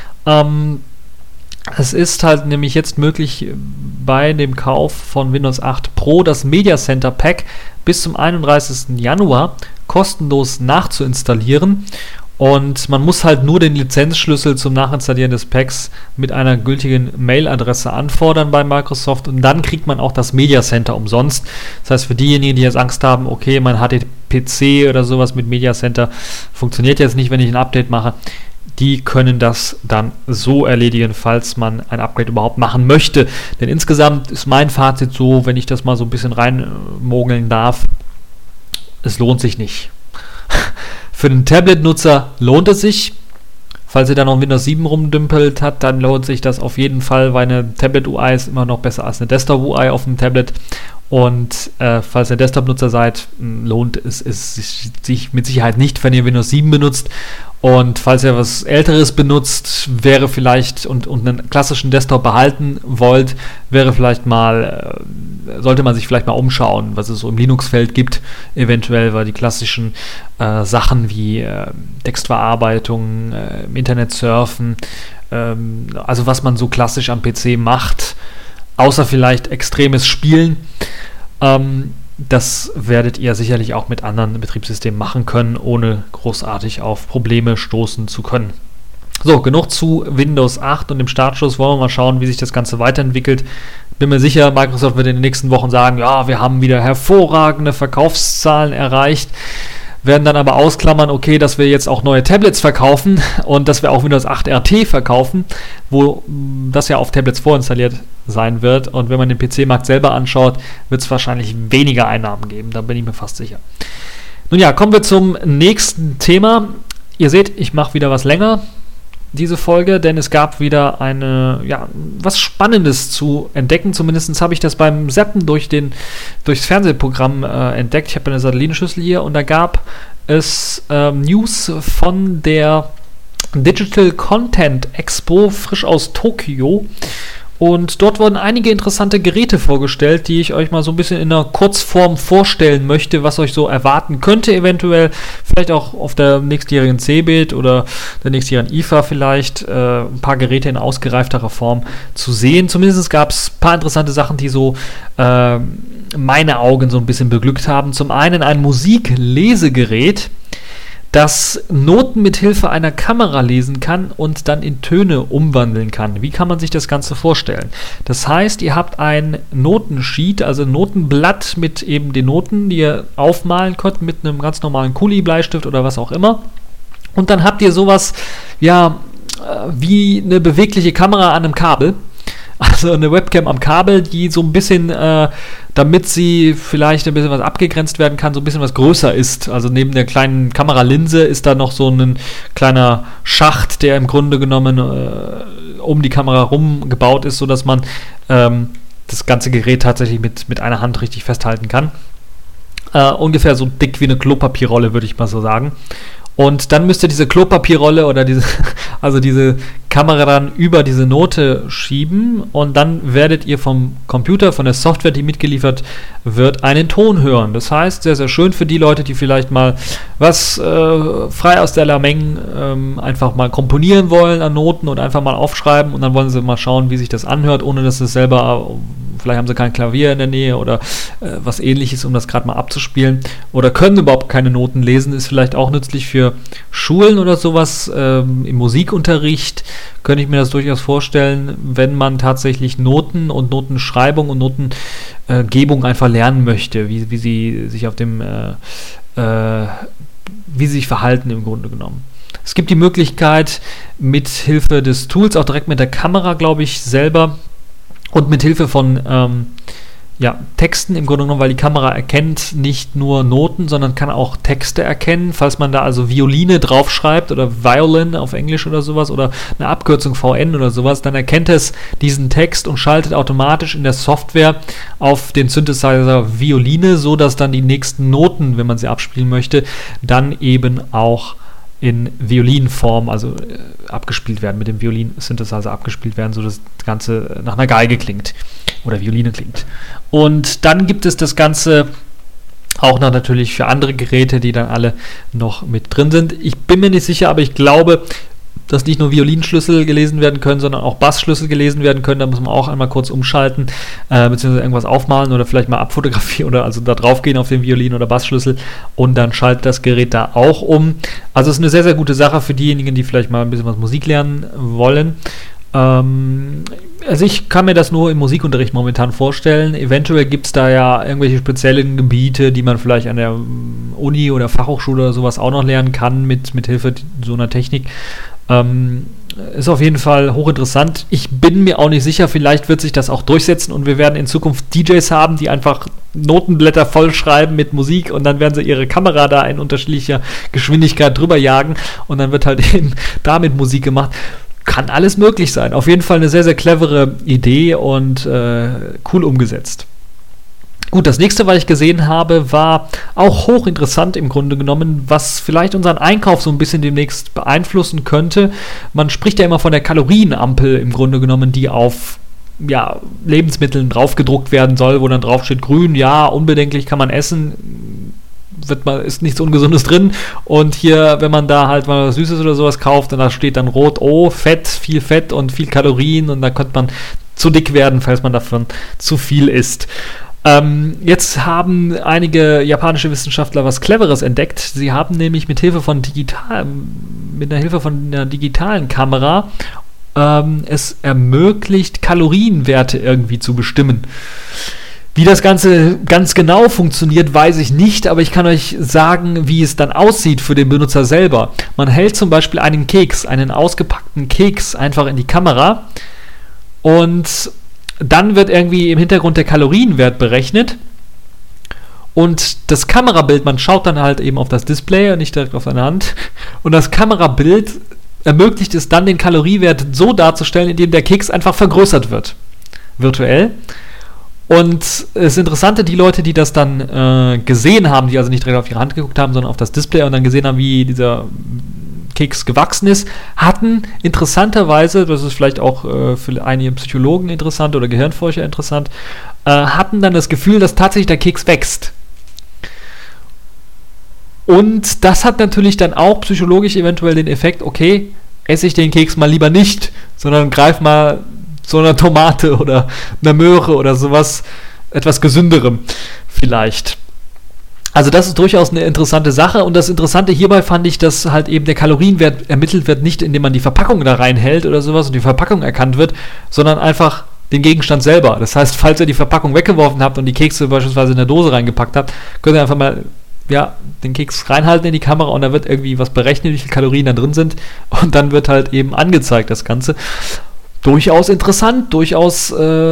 Es ist halt nämlich jetzt möglich, bei dem Kauf von Windows 8 Pro das Media Center Pack bis zum 31. Januar kostenlos nachzuinstallieren. Und man muss halt nur den Lizenzschlüssel zum Nachinstallieren des Packs mit einer gültigen Mailadresse anfordern bei Microsoft und dann kriegt man auch das Media Center umsonst. Das heißt, für diejenigen, die jetzt Angst haben, okay, mein HTPC oder sowas mit Media Center funktioniert jetzt nicht, wenn ich ein Update mache, die können das dann so erledigen, falls man ein Upgrade überhaupt machen möchte. Denn insgesamt ist mein Fazit so, wenn ich das mal so ein bisschen reinmogeln darf, es lohnt sich nicht. Für den Tablet-Nutzer lohnt es sich. Falls ihr da noch Windows 7 rumdümpelt hat, dann lohnt sich das auf jeden Fall, weil eine Tablet-UI ist immer noch besser als eine Desktop-UI auf dem Tablet. Und falls ihr Desktop-Nutzer seid, lohnt es sich mit Sicherheit nicht, wenn ihr Windows 7 benutzt. Und falls ihr was Älteres benutzt, wäre vielleicht und einen klassischen Desktop behalten wollt, wäre vielleicht mal, sollte man sich vielleicht mal umschauen, was es so im Linux-Feld gibt, eventuell, weil die klassischen Sachen wie Textverarbeitung, im Internet surfen, also was man so klassisch am PC macht, außer vielleicht extremes Spielen, das werdet ihr sicherlich auch mit anderen Betriebssystemen machen können, ohne großartig auf Probleme stoßen zu können. So, genug zu Windows 8 und dem Startschuss. Wollen wir mal schauen, wie sich das Ganze weiterentwickelt. Bin mir sicher, Microsoft wird in den nächsten Wochen sagen, ja, wir haben wieder hervorragende Verkaufszahlen erreicht. Werden dann aber ausklammern, okay, dass wir jetzt auch neue Tablets verkaufen und dass wir auch Windows 8 RT verkaufen, wo das ja auf Tablets vorinstalliert sein wird. Und wenn man den PC-Markt selber anschaut, wird es wahrscheinlich weniger Einnahmen geben. Da bin ich mir fast sicher. Nun ja, kommen wir zum nächsten Thema. Ihr seht, ich mache wieder was länger, diese Folge, denn es gab wieder was Spannendes zu entdecken. Zumindest habe ich das beim Zappen durchs Fernsehprogramm entdeckt. Ich habe eine Satellitenschüssel hier und da gab es News von der Digital Content Expo, frisch aus Tokio. Und dort wurden einige interessante Geräte vorgestellt, die ich euch mal so ein bisschen in einer Kurzform vorstellen möchte, was euch so erwarten könnte eventuell. Vielleicht auch auf der nächstjährigen CeBIT oder der nächstjährigen IFA vielleicht ein paar Geräte in ausgereifterer Form zu sehen. Zumindest gab es ein paar interessante Sachen, die so meine Augen so ein bisschen beglückt haben. Zum einen ein Musiklesegerät, das Noten mit Hilfe einer Kamera lesen kann und dann in Töne umwandeln kann. Wie kann man sich das Ganze vorstellen? Das heißt, ihr habt ein Notensheet, also ein Notenblatt mit eben den Noten, die ihr aufmalen könnt mit einem ganz normalen Kuli-Bleistift oder was auch immer. Und dann habt ihr sowas, wie eine bewegliche Kamera an einem Kabel. Also eine Webcam am Kabel, die so ein bisschen, damit sie vielleicht ein bisschen was abgegrenzt werden kann, so ein bisschen was größer ist. Also neben der kleinen Kameralinse ist da noch so ein kleiner Schacht, der im Grunde genommen um die Kamera rum gebaut ist, sodass man das ganze Gerät tatsächlich mit einer Hand richtig festhalten kann. Ungefähr so dick wie eine Klopapierrolle, würde ich mal so sagen. Und dann müsst ihr diese Klopapierrolle oder diese Kamera dann über diese Note schieben und dann werdet ihr vom Computer, von der Software, die mitgeliefert wird, einen Ton hören. Das heißt, sehr, sehr schön für die Leute, die vielleicht mal was frei aus der Lameng einfach mal komponieren wollen an Noten und einfach mal aufschreiben und dann wollen sie mal schauen, wie sich das anhört, ohne dass es selber, vielleicht haben sie kein Klavier in der Nähe oder was ähnliches, um das gerade mal abzuspielen oder können überhaupt keine Noten lesen, ist vielleicht auch nützlich für Schulen oder sowas. Im Musikunterricht könnte ich mir das durchaus vorstellen, wenn man tatsächlich Noten und Notenschreibung und Notengebung einfach lernen möchte, wie sie sich wie sie sich verhalten im Grunde genommen. Es gibt die Möglichkeit, mit Hilfe des Tools, auch direkt mit der Kamera, glaube ich, selber und mit Hilfe von Texten im Grunde genommen, weil die Kamera erkennt nicht nur Noten, sondern kann auch Texte erkennen. Falls man da also Violine draufschreibt oder Violin auf Englisch oder sowas oder eine Abkürzung VN oder sowas, dann erkennt es diesen Text und schaltet automatisch in der Software auf den Synthesizer Violine, so dass dann die nächsten Noten, wenn man sie abspielen möchte, dann eben auch in Violinform, also abgespielt werden, mit dem Violin-Synthesizer abgespielt werden, sodass das Ganze nach einer Geige klingt oder Violine klingt. Und dann gibt es das Ganze auch noch natürlich für andere Geräte, die dann alle noch mit drin sind. Ich bin mir nicht sicher, aber ich glaube, dass nicht nur Violinschlüssel gelesen werden können, sondern auch Bassschlüssel gelesen werden können. Da muss man auch einmal kurz umschalten, beziehungsweise irgendwas aufmalen oder vielleicht mal abfotografieren oder also da drauf gehen auf den Violin- oder Bassschlüssel und dann schaltet das Gerät da auch um. Also es ist eine sehr, sehr gute Sache für diejenigen, die vielleicht mal ein bisschen was Musik lernen wollen. Also ich kann mir das nur im Musikunterricht momentan vorstellen. Eventuell gibt es da ja irgendwelche speziellen Gebiete, die man vielleicht an der Uni oder Fachhochschule oder sowas auch noch lernen kann mit Hilfe so einer Technik. Ist auf jeden Fall hochinteressant. Ich bin mir auch nicht sicher, vielleicht wird sich das auch durchsetzen und wir werden in Zukunft DJs haben, die einfach Notenblätter vollschreiben mit Musik und dann werden sie ihre Kamera da in unterschiedlicher Geschwindigkeit drüber jagen und dann wird halt eben damit Musik gemacht. Kann alles möglich sein. Auf jeden Fall eine sehr, sehr clevere Idee und cool umgesetzt. Gut, das nächste, was ich gesehen habe, war auch hochinteressant im Grunde genommen, was vielleicht unseren Einkauf so ein bisschen demnächst beeinflussen könnte. Man spricht ja immer von der Kalorienampel im Grunde genommen, die auf Lebensmitteln draufgedruckt werden soll, wo dann drauf steht, grün, ja, unbedenklich kann man essen, ist nichts Ungesundes drin und hier, wenn man da halt mal was Süßes oder sowas kauft und da steht dann rot, oh, viel Fett und viel Kalorien und da könnte man zu dick werden, falls man davon zu viel isst. Jetzt haben einige japanische Wissenschaftler was Cleveres entdeckt. Sie haben nämlich mit Hilfe von einer digitalen Kamera es ermöglicht, Kalorienwerte irgendwie zu bestimmen. Wie das Ganze ganz genau funktioniert, weiß ich nicht, aber ich kann euch sagen, wie es dann aussieht für den Benutzer selber. Man hält zum Beispiel einen ausgepackten Keks einfach in die Kamera und dann wird irgendwie im Hintergrund der Kalorienwert berechnet und das Kamerabild, man schaut dann halt eben auf das Display und nicht direkt auf seine Hand und das Kamerabild ermöglicht es dann, den Kalorienwert so darzustellen, indem der Keks einfach vergrößert wird, virtuell. Und das Interessante, die Leute, die das dann gesehen haben, die also nicht direkt auf ihre Hand geguckt haben, sondern auf das Display und dann gesehen haben, wie dieser Keks gewachsen ist, hatten interessanterweise, das ist vielleicht auch für einige Psychologen interessant oder Gehirnforscher interessant, hatten dann das Gefühl, dass tatsächlich der Keks wächst. Und das hat natürlich dann auch psychologisch eventuell den Effekt, okay, esse ich den Keks mal lieber nicht, sondern greif mal so einer Tomate oder einer Möhre oder sowas, etwas Gesünderem vielleicht. Also das ist durchaus eine interessante Sache und das Interessante hierbei fand ich, dass halt eben der Kalorienwert ermittelt wird, nicht indem man die Verpackung da reinhält oder sowas und die Verpackung erkannt wird, sondern einfach den Gegenstand selber. Das heißt, falls ihr die Verpackung weggeworfen habt und die Kekse beispielsweise in der Dose reingepackt habt, könnt ihr einfach mal den Keks reinhalten in die Kamera und da wird irgendwie was berechnet, wie viele Kalorien da drin sind und dann wird halt eben angezeigt das Ganze. Durchaus interessant, durchaus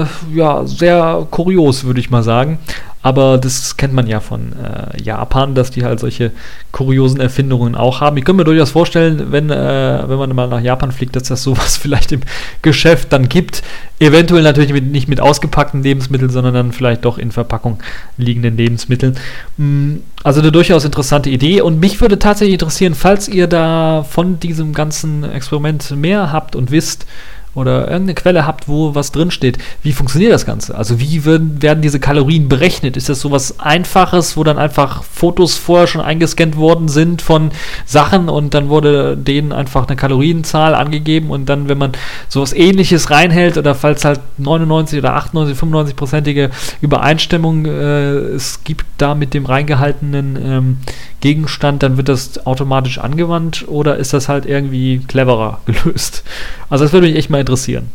sehr kurios, würde ich mal sagen. Aber das kennt man ja von Japan, dass die halt solche kuriosen Erfindungen auch haben. Ich könnte mir durchaus vorstellen, wenn man mal nach Japan fliegt, dass das sowas vielleicht im Geschäft dann gibt. Eventuell natürlich nicht mit ausgepackten Lebensmitteln, sondern dann vielleicht doch in Verpackung liegenden Lebensmitteln. Also eine durchaus interessante Idee. Und mich würde tatsächlich interessieren, falls ihr da von diesem ganzen Experiment mehr habt und wisst, oder irgendeine Quelle habt, wo was drinsteht. Wie funktioniert das Ganze? Also wie werden diese Kalorien berechnet? Ist das sowas Einfaches, wo dann einfach Fotos vorher schon eingescannt worden sind von Sachen und dann wurde denen einfach eine Kalorienzahl angegeben und dann, wenn man sowas Ähnliches reinhält oder falls halt 99 oder 98, 95%ige Übereinstimmung es gibt da mit dem reingehaltenen Gegenstand, dann wird das automatisch angewandt oder ist das halt irgendwie cleverer gelöst? Also das würde mich echt mal interessieren.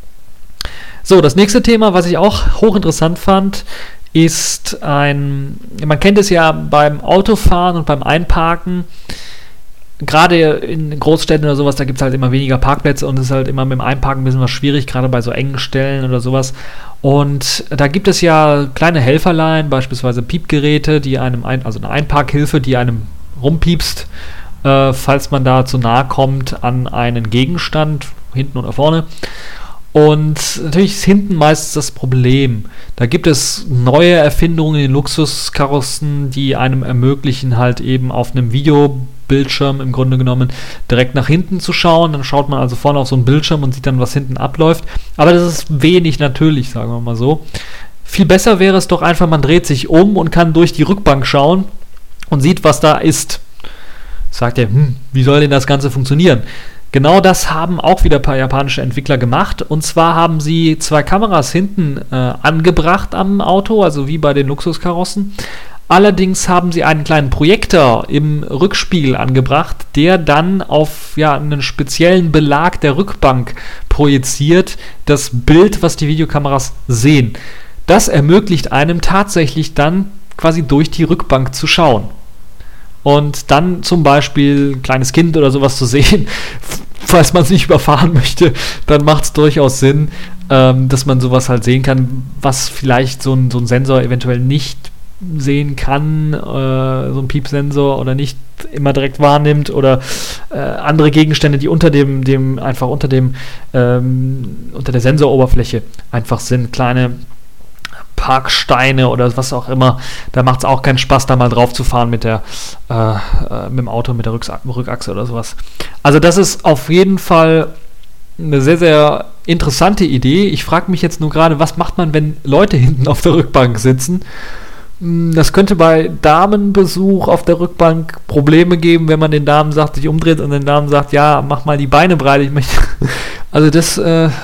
So, das nächste Thema, was ich auch hochinteressant fand, ist man kennt es ja beim Autofahren und beim Einparken, gerade in Großstädten oder sowas, da gibt es halt immer weniger Parkplätze und es ist halt immer mit dem Einparken ein bisschen was schwierig, gerade bei so engen Stellen oder sowas. Und da gibt es ja kleine Helferlein, beispielsweise Piepgeräte, also eine Einparkhilfe, die einem rumpiepst, falls man da zu nahe kommt an einen Gegenstand, hinten oder vorne. Und natürlich ist hinten meistens das Problem. Da gibt es neue Erfindungen in den Luxuskarossen, die einem ermöglichen, halt eben auf einem Videobildschirm im Grunde genommen direkt nach hinten zu schauen. Dann schaut man also vorne auf so einen Bildschirm und sieht dann, was hinten abläuft. Aber das ist wenig natürlich, sagen wir mal so. Viel besser wäre es doch einfach, man dreht sich um und kann durch die Rückbank schauen und sieht, was da ist. Sagt er, wie soll denn das Ganze funktionieren? Genau das haben auch wieder ein paar japanische Entwickler gemacht. Und zwar haben sie 2 Kameras hinten angebracht am Auto, also wie bei den Luxuskarossen. Allerdings haben sie einen kleinen Projektor im Rückspiegel angebracht, der dann auf einen speziellen Belag der Rückbank projiziert das Bild, was die Videokameras sehen. Das ermöglicht einem tatsächlich dann quasi durch die Rückbank zu schauen. Und dann zum Beispiel ein kleines Kind oder sowas zu sehen, falls man es nicht überfahren möchte, dann macht es durchaus Sinn, dass man sowas halt sehen kann, was vielleicht so ein Sensor eventuell nicht sehen kann, so ein Piepsensor oder nicht immer direkt wahrnimmt oder andere Gegenstände, die unter der Sensoroberfläche einfach sind, kleine Parksteine oder was auch immer. Da macht es auch keinen Spaß, da mal drauf zu fahren mit dem Auto, mit der Rückachse oder sowas. Also das ist auf jeden Fall eine sehr, sehr interessante Idee. Ich frage mich jetzt nur gerade, was macht man, wenn Leute hinten auf der Rückbank sitzen? Das könnte bei Damenbesuch auf der Rückbank Probleme geben, wenn man den Damen sagt, sich umdreht und den Damen sagt, ja, mach mal die Beine breit, ich möchte. Also das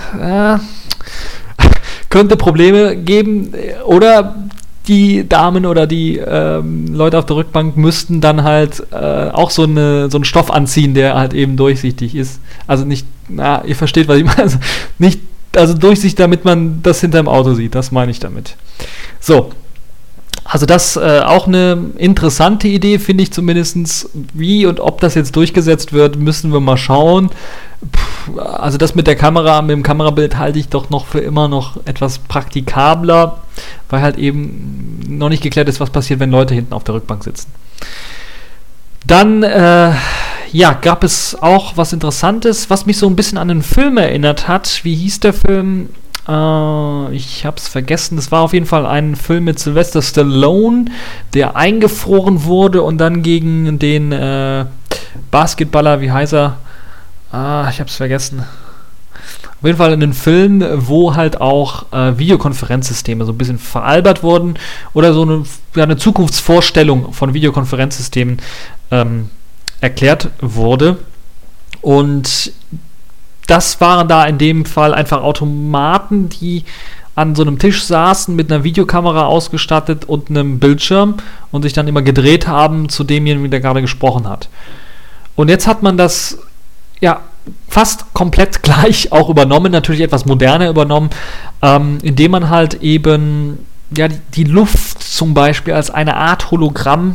könnte Probleme geben, oder die Damen oder die Leute auf der Rückbank müssten dann halt auch so einen Stoff anziehen, der halt eben durchsichtig ist. Also nicht, ihr versteht, was ich meine. Also durchsichtig, damit man das hinterm Auto sieht, das meine ich damit. So. Also das auch eine interessante Idee, finde ich zumindest. Wie und ob das jetzt durchgesetzt wird, müssen wir mal schauen. Also das mit dem Kamerabild halte ich doch noch für immer noch etwas praktikabler, weil halt eben noch nicht geklärt ist, was passiert, wenn Leute hinten auf der Rückbank sitzen. Dann gab es auch was Interessantes, was mich so ein bisschen an einen Film erinnert hat. Wie hieß der Film? Ich hab's vergessen. Das war auf jeden Fall ein Film mit Sylvester Stallone, der eingefroren wurde und dann gegen den Basketballer, wie heißt er? Ich hab's vergessen. Auf jeden Fall in einem Film, wo halt auch Videokonferenzsysteme so ein bisschen veralbert wurden oder so eine Zukunftsvorstellung von Videokonferenzsystemen erklärt wurde. Und das waren da in dem Fall einfach Automaten, die an so einem Tisch saßen, mit einer Videokamera ausgestattet und einem Bildschirm und sich dann immer gedreht haben zu demjenigen, der gerade gesprochen hat. Und jetzt hat man das fast komplett gleich auch übernommen, natürlich etwas moderner übernommen, indem man halt eben die Luft zum Beispiel als eine Art Hologramm,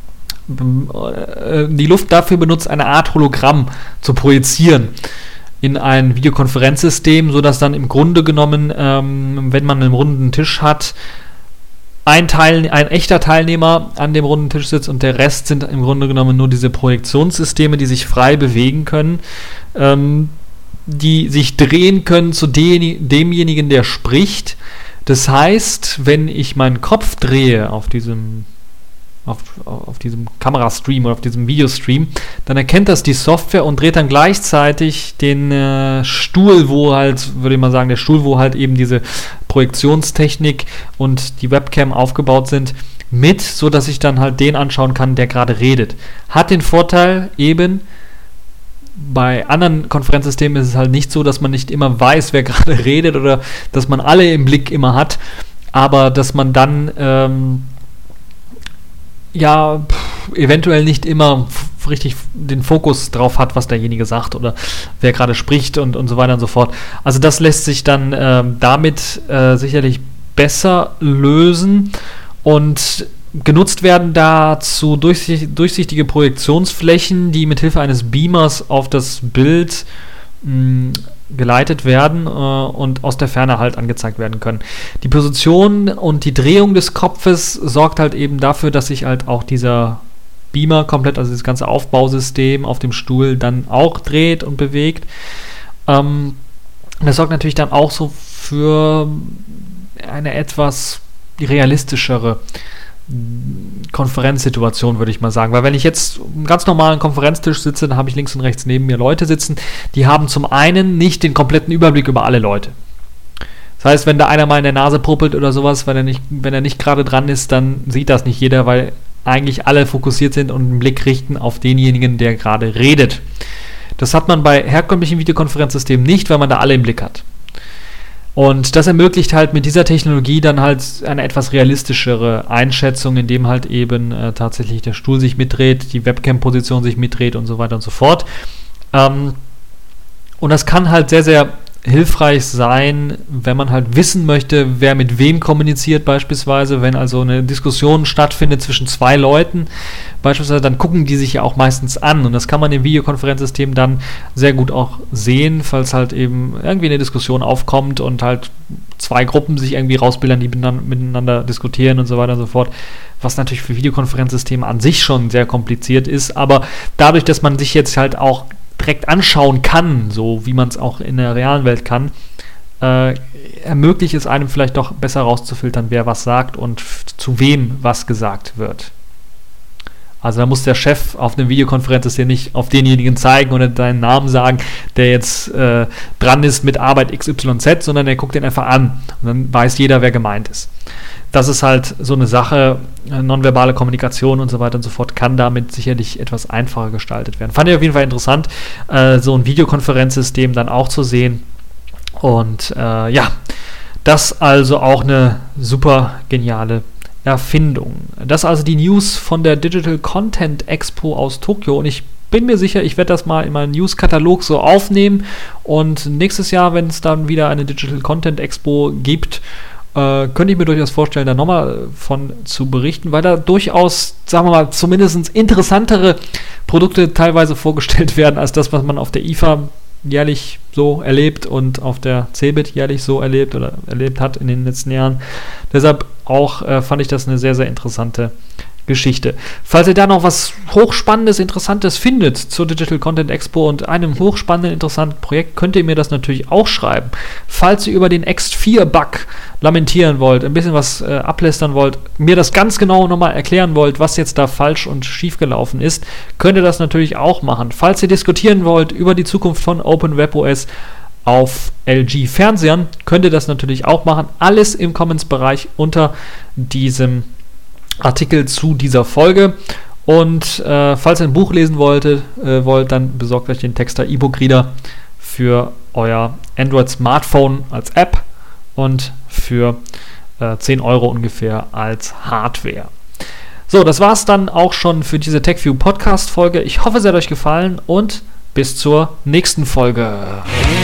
die Luft dafür benutzt, eine Art Hologramm zu projizieren in ein Videokonferenzsystem, sodass dann im Grunde genommen, wenn man einen runden Tisch hat, ein echter Teilnehmer an dem runden Tisch sitzt und der Rest sind im Grunde genommen nur diese Projektionssysteme, die sich frei bewegen können, die sich drehen können zu demjenigen, der spricht. Das heißt, wenn ich meinen Kopf drehe auf diesem Kamerastream oder auf diesem Videostream, dann erkennt das die Software und dreht dann gleichzeitig den Stuhl, wo halt, würde ich mal sagen, der Stuhl, wo halt eben diese Projektionstechnik und die Webcam aufgebaut sind, mit, so dass ich dann halt den anschauen kann, der gerade redet. Hat den Vorteil eben, bei anderen Konferenzsystemen ist es halt nicht so, dass man nicht immer weiß, wer gerade redet oder dass man alle im Blick immer hat, aber dass man dann eventuell nicht immer richtig den Fokus drauf hat, was derjenige sagt oder wer gerade spricht und so weiter und so fort. Also das lässt sich dann damit sicherlich besser lösen und genutzt werden dazu durchsichtige Projektionsflächen, die mithilfe eines Beamers auf das Bild geleitet werden und aus der Ferne halt angezeigt werden können. Die Position und die Drehung des Kopfes sorgt halt eben dafür, dass sich halt auch dieser Beamer komplett, also das ganze Aufbausystem auf dem Stuhl dann auch dreht und bewegt. Das sorgt natürlich dann auch so für eine etwas realistischere Konferenzsituation, würde ich mal sagen. Weil wenn ich jetzt am ganz normalen Konferenztisch sitze, dann habe ich links und rechts neben mir Leute sitzen, die haben zum einen nicht den kompletten Überblick über alle Leute. Das heißt, wenn da einer mal in der Nase puppelt oder sowas, wenn er nicht gerade dran ist, dann sieht das nicht jeder, weil eigentlich alle fokussiert sind und den Blick richten auf denjenigen, der gerade redet. Das hat man bei herkömmlichen Videokonferenzsystemen nicht, weil man da alle im Blick hat. Und das ermöglicht halt mit dieser Technologie dann halt eine etwas realistischere Einschätzung, indem halt eben tatsächlich der Stuhl sich mitdreht, die Webcam-Position sich mitdreht und so weiter und so fort. Und das kann halt sehr, sehr hilfreich sein, wenn man halt wissen möchte, wer mit wem kommuniziert beispielsweise, wenn also eine Diskussion stattfindet zwischen zwei Leuten, beispielsweise, dann gucken die sich ja auch meistens an und das kann man im Videokonferenzsystem dann sehr gut auch sehen, falls halt eben irgendwie eine Diskussion aufkommt und halt zwei Gruppen sich irgendwie rausbildern, die miteinander diskutieren und so weiter und so fort, was natürlich für Videokonferenzsysteme an sich schon sehr kompliziert ist, aber dadurch, dass man sich jetzt halt auch direkt anschauen kann, so wie man es auch in der realen Welt kann, ermöglicht es einem vielleicht doch besser rauszufiltern, wer was sagt und zu wem was gesagt wird. Also da muss der Chef auf einem Videokonferenzsystem nicht auf denjenigen zeigen oder deinen Namen sagen, der jetzt dran ist mit Arbeit XYZ, sondern er guckt den einfach an und dann weiß jeder, wer gemeint ist. Das ist halt so eine Sache, nonverbale Kommunikation und so weiter und so fort kann damit sicherlich etwas einfacher gestaltet werden. Fand ich auf jeden Fall interessant, so ein Videokonferenzsystem dann auch zu sehen. Und das also auch eine super geniale Erfindung. Das also die News von der Digital Content Expo aus Tokio und ich bin mir sicher, ich werde das mal in meinen News-Katalog so aufnehmen und nächstes Jahr, wenn es dann wieder eine Digital Content Expo gibt, könnte ich mir durchaus vorstellen, da nochmal von zu berichten, weil da durchaus, sagen wir mal, zumindest interessantere Produkte teilweise vorgestellt werden, als das, was man auf der IFA jährlich so erlebt und auf der CeBIT jährlich so erlebt oder erlebt hat in den letzten Jahren. Deshalb auch fand ich das eine sehr, sehr interessante Geschichte. Falls ihr da noch was Hochspannendes, Interessantes findet zur Digital Content Expo und einem hochspannenden, interessanten Projekt, könnt ihr mir das natürlich auch schreiben. Falls ihr über den X4-Bug lamentieren wollt, ein bisschen was ablästern wollt, mir das ganz genau nochmal erklären wollt, was jetzt da falsch und schief gelaufen ist, könnt ihr das natürlich auch machen. Falls ihr diskutieren wollt über die Zukunft von OpenWebOS auf LG-Fernsehern, könnt ihr das natürlich auch machen. Alles im Comments-Bereich unter diesem Artikel zu dieser Folge und falls ihr ein Buch lesen wollt, dann besorgt euch den Texter E-Book-Reader für euer Android-Smartphone als App und für 10 Euro ungefähr als Hardware. So, das war's dann auch schon für diese TechView Podcast-Folge. Ich hoffe, es hat euch gefallen und bis zur nächsten Folge.